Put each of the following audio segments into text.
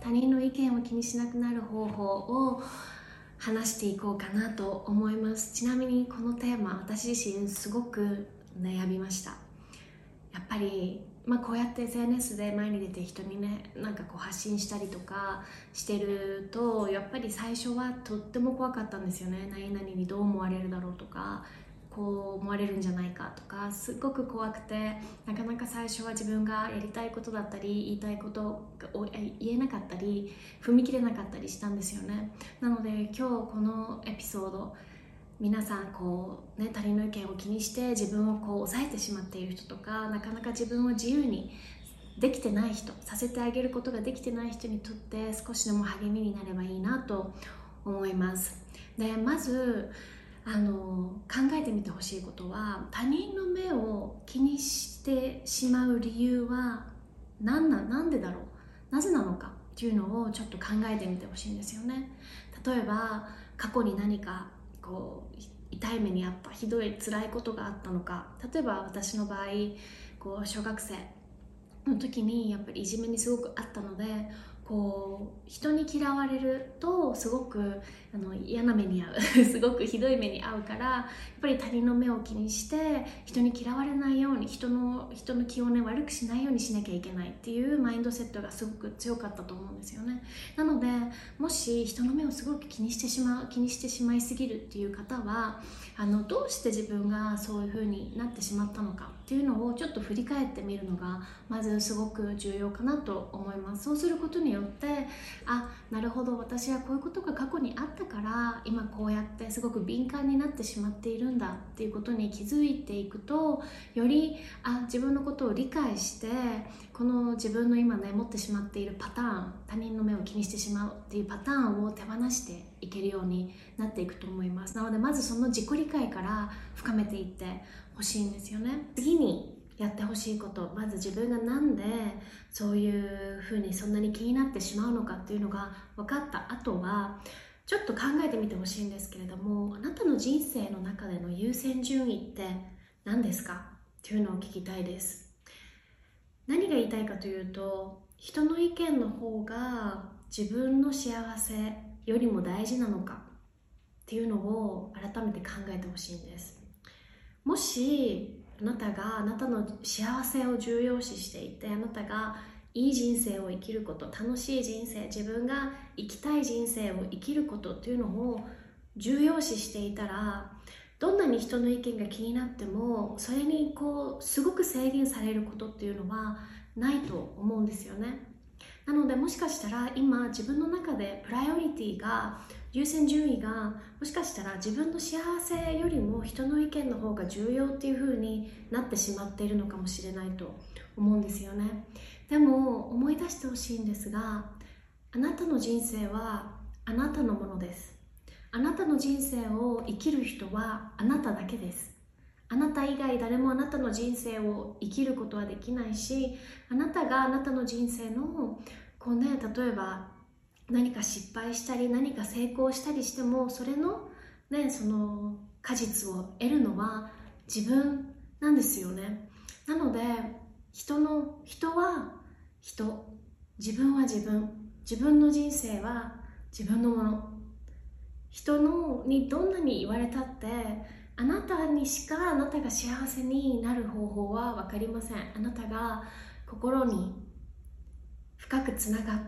他人の意見を気にしなくなる方法を話していこうかなと思います。ちなみにこのテーマ、私自身すごく悩みました。やっぱり、こうやって SNS で前に出て人にね、発信したりとかしてると、やっぱり最初はとっても怖かったんですよね。何々にどう思われるだろうとか、こう思われるんじゃないかとか、すっごく怖くて、なかなか最初は自分がやりたいことだったり言いたいことを言えなかったり踏み切れなかったりしたんですよね。なので今日このエピソード、皆さん他人の意見を気にして自分を抑えてしまっている人とか、なかなか自分を自由にできてない人、させてあげることができてない人にとって少しでも励みになればいいなと思います。で、まず考えてみてほしいことは、他人の目を気にしてしまう理由はなんでだろう、なぜなのかっていうのをちょっと考えてみてほしいんですよね。例えば過去に何か痛い目にあった、ひどい辛いことがあったのか。例えば私の場合、小学生の時にやっぱりいじめにすごくあったので、人に嫌われるとすごく嫌な目に遭うすごくひどい目に遭うから、やっぱり他人の目を気にして人に嫌われないように、人の気をね悪くしないようにしなきゃいけないっていうマインドセットがすごく強かったと思うんですよね。なので、もし人の目をすごく気にしてしまいすぎるっていう方は、どうして自分がそういう風になってしまったのかっていうのをちょっと振り返ってみるのがまずすごく重要かなと思います。そうすることによって、なるほど、私はこういうことが過去にあったから今こうやってすごく敏感になってしまっているんだっていうことに気づいていくと、より自分のことを理解して、この自分の今ね持ってしまっているパターン、他人の目を気にしてしまうっていうパターンを手放していけるようになっていくと思います。なので、まずその自己理解から深めていってほしいんですよね。次にやってほしいこと、まず自分がなんでそういうふうにそんなに気になってしまうのかっていうのが分かった後は、ちょっと考えてみてほしいんですけれども、あなたの人生の中での優先順位って何ですかっていうのを聞きたいです。何が言いたいかというと、人の意見の方が自分の幸せよりも大事なのかっていうのを改めて考えてほしいんです。もしあなたがあなたの幸せを重要視していて、あなたがいい人生を生きること、楽しい人生、自分が生きたい人生を生きることっていうのを重要視していたら、どんなに人の意見が気になってもそれにすごく制限されることっていうのはないと思うんですよね。なので、もしかしたら今自分の中でプライオリティが、優先順位がもしかしたら自分の幸せよりも人の意見の方が重要っていう風になってしまっているのかもしれないと思うんですよね。でも思い出してほしいんですが、あなたの人生はあなたのものです。あなたの人生を生きる人はあなただけです。あなた以外誰もあなたの人生を生きることはできないし、あなたがあなたの人生の例えば何か失敗したり何か成功したりしても、それのその果実を得るのは自分なんですよね。なので、人は人、自分は自分、自分の人生は自分のもの。人にどんなに言われたって、あなたにしかあなたが幸せになる方法は分かりません。あなたが心に深くつながって、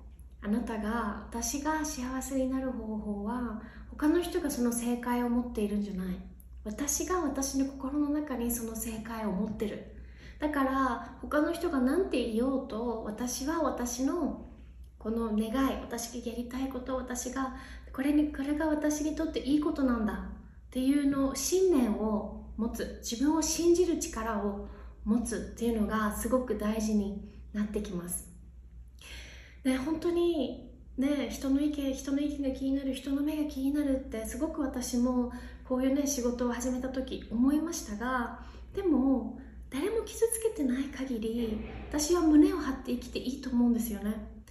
私が幸せになる方法は他の人がその正解を持っているんじゃない。私が私の心の中にその正解を持ってる。だから他の人が何て言おうと、私は私のこの願い、私がやりたいこと、これが私にとっていいことなんだっていう信念を持つ、自分を信じる力を持つっていうのがすごく大事になってきます。で、本当に人の意見が気になる、人の目が気になるってすごく私もこういう仕事を始めた時思いましたが、でも誰も傷つけてない限り私は胸を張って生きていいと思うんですよね。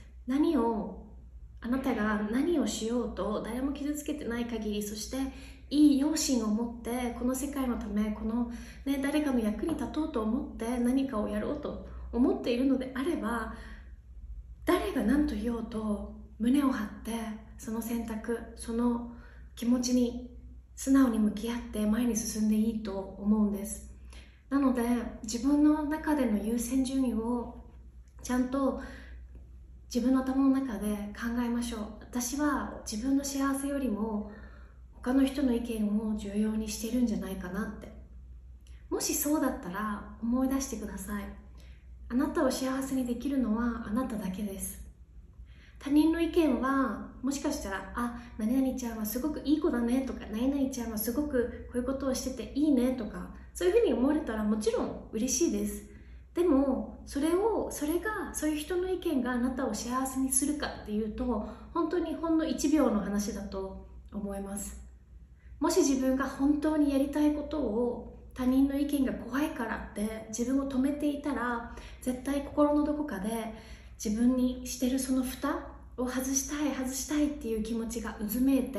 あなたが何をしようと誰も傷つけてない限り、そしていい良心を持ってこの世界のため、誰かの役に立とうと思って何かをやろうと思っているのであれば、誰が何と言おうと胸を張ってその選択、その気持ちに素直に向き合って前に進んでいいと思うんです。なので自分の中での優先順位をちゃんと自分の頭の中で考えましょう。私は自分の幸せよりも他の人の意見を重要にしているんじゃないかなって。もしそうだったら思い出してください。あなたを幸せにできるのはあなただけです。他人の意見はもしかしたら、あ、何々ちゃんはすごくいい子だねとか、何々ちゃんはすごくこういうことをしてていいねとか、そういうふうに思われたらもちろん嬉しいです。でもそれがそういう人の意見があなたを幸せにするかっていうと、本当にほんの1秒の話だと思います。もし自分が本当にやりたいことを他人の意見が怖いからって自分を止めていたら、絶対心のどこかで自分にしてるその蓋を外したいっていう気持ちがうずめいて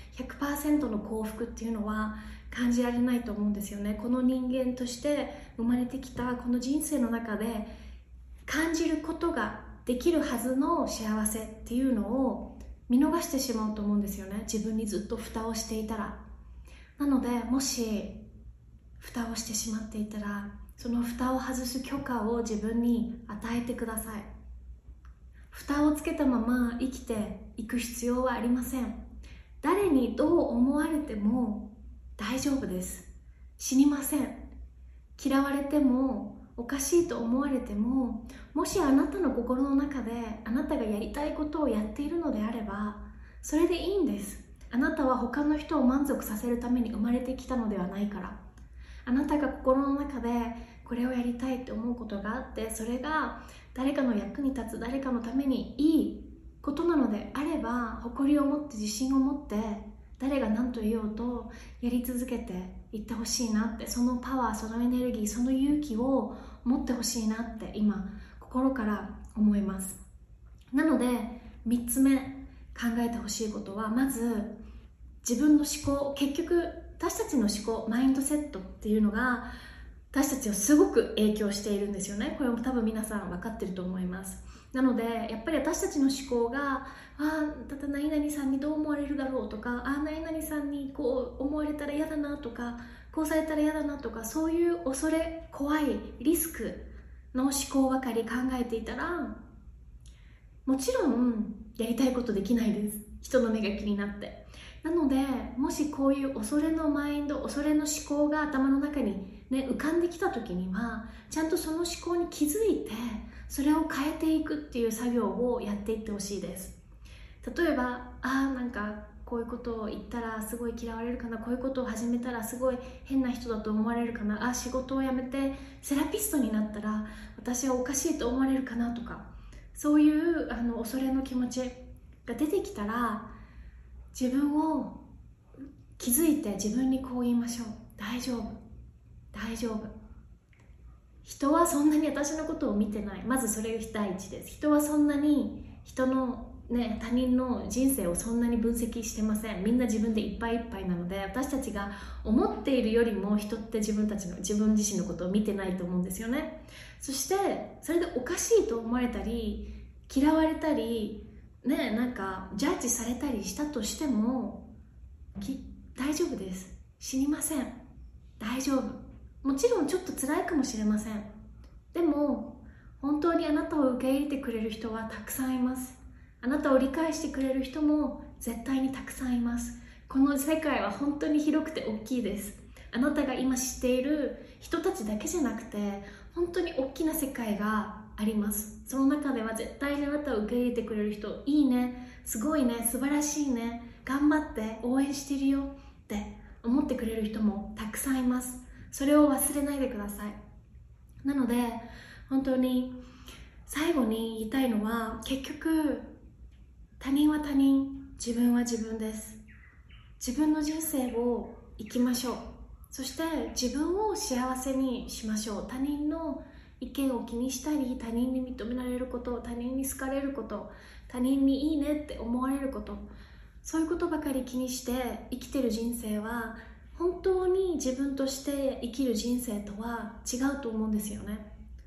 100% の幸福っていうのは感じられないと思うんですよね。この人間として生まれてきたこの人生の中で感じることができるはずの幸せっていうのを見逃してしまうと思うんですよね。自分にずっと蓋をしていたら。なのでもし蓋をしてしまっていたら、その蓋を外す許可を自分に与えてください。蓋をつけたまま生きていく必要はありません。誰にどう思われても大丈夫です。死にません。嫌われてもおかしいと思われても、もしあなたの心の中であなたがやりたいことをやっているのであれば、それでいいんです。あなたは他の人を満足させるために生まれてきたのではないから。あなたが心の中でこれをやりたいって思うことがあって、それが誰かの役に立つ、誰かのためにいいことなのであれば、誇りを持って自信を持って、誰が何と言おうとやり続けていってほしいなって、そのパワー、そのエネルギー、その勇気を持ってほしいなって今心から思います。なので3つ目考えてほしいことは、まず自分の思考、結局私たちの思考、マインドセットっていうのが私たちをすごく影響しているんですよね。これも多分皆さん分かってると思います。なのでやっぱり私たちの思考が、だって何々さんにどう思われるだろうとか、何々さんにこう思われたら嫌だなとか、こうされたら嫌だなとか、そういう恐れ、怖いリスクの思考ばかり考えていたら、もちろんやりたいことできないです。人の目が気になって。なのでもしこういう恐れのマインド、恐れの思考が頭の中に、浮かんできた時には、ちゃんとその思考に気づいてそれを変えていくっていう作業をやっていってほしいです。例えばなんかこういうことを言ったらすごい嫌われるかな、こういうことを始めたらすごい変な人だと思われるかな、仕事を辞めてセラピストになったら私はおかしいと思われるかなとか、そういう恐れの気持ちが出てきたら、自分を気づいて自分にこう言いましょう。大丈夫、大丈夫。人はそんなに私のことを見てない。まずそれが第一です。人はそんなに他人の人生をそんなに分析してません。みんな自分でいっぱいいっぱいなので、私たちが思っているよりも人って自分自身のことを見てないと思うんですよね。そしてそれでおかしいと思われたり嫌われたりなんかジャッジされたりしたとしても大丈夫です。死にません。大丈夫。もちろんちょっと辛いかもしれません。でも本当にあなたを受け入れてくれる人はたくさんいます。あなたを理解してくれる人も絶対にたくさんいます。この世界は本当に広くて大きいです。あなたが今知っている人たちだけじゃなくて、本当に大きな世界があります。その中では絶対にあなたを受け入れてくれる人、いいね、すごいね、素晴らしいね、頑張って応援してるよって思ってくれる人もたくさんいます。それを忘れないでください。なので本当に最後に言いたいのは、結局他人は他人、自分は自分です。自分の人生を生きましょう。そして自分を幸せにしましょう。他人の意見を気にしたり、他人に認められること、他人に好かれること、他人にいいねって思われること、そういうことばかり気にして生きてる人生は、本当に自分として生きる人生とは違うと思うんですよね。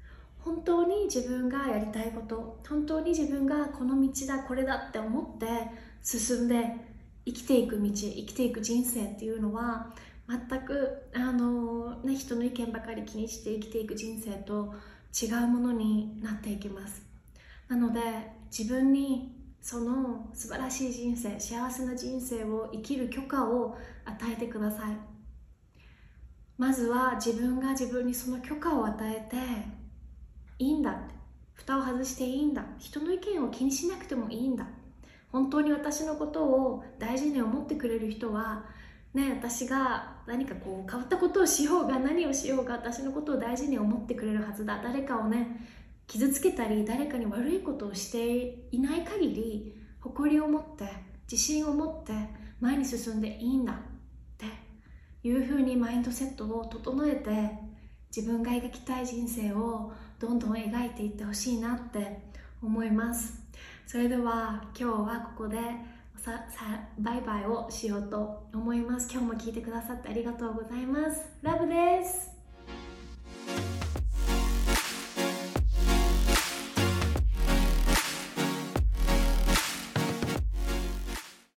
本当に自分がやりたいこと、本当に自分がこの道だ、これだって思って進んで生きていく道、生きていく人生っていうのは全く人の意見ばかり気にして生きていく人生と違うものになっていきます。なので自分にその素晴らしい人生、幸せな人生を生きる許可を与えてください。まずは自分が自分にその許可を与えて、いいんだって、蓋を外していいんだ、人の意見を気にしなくてもいいんだ、本当に私のことを大事に思ってくれる人はね、私が何かこう変わったことをしようが何をしようが私のことを大事に思ってくれるはずだ。誰かをね傷つけたり誰かに悪いことをしていない限り、誇りを持って自信を持って前に進んでいいんだっていうふうにマインドセットを整えて、自分が描きたい人生をどんどん描いていってほしいなって思います。それでは今日はここでバイバイをしようと思います。今日も聞いてくださってありがとうございます。ラブです。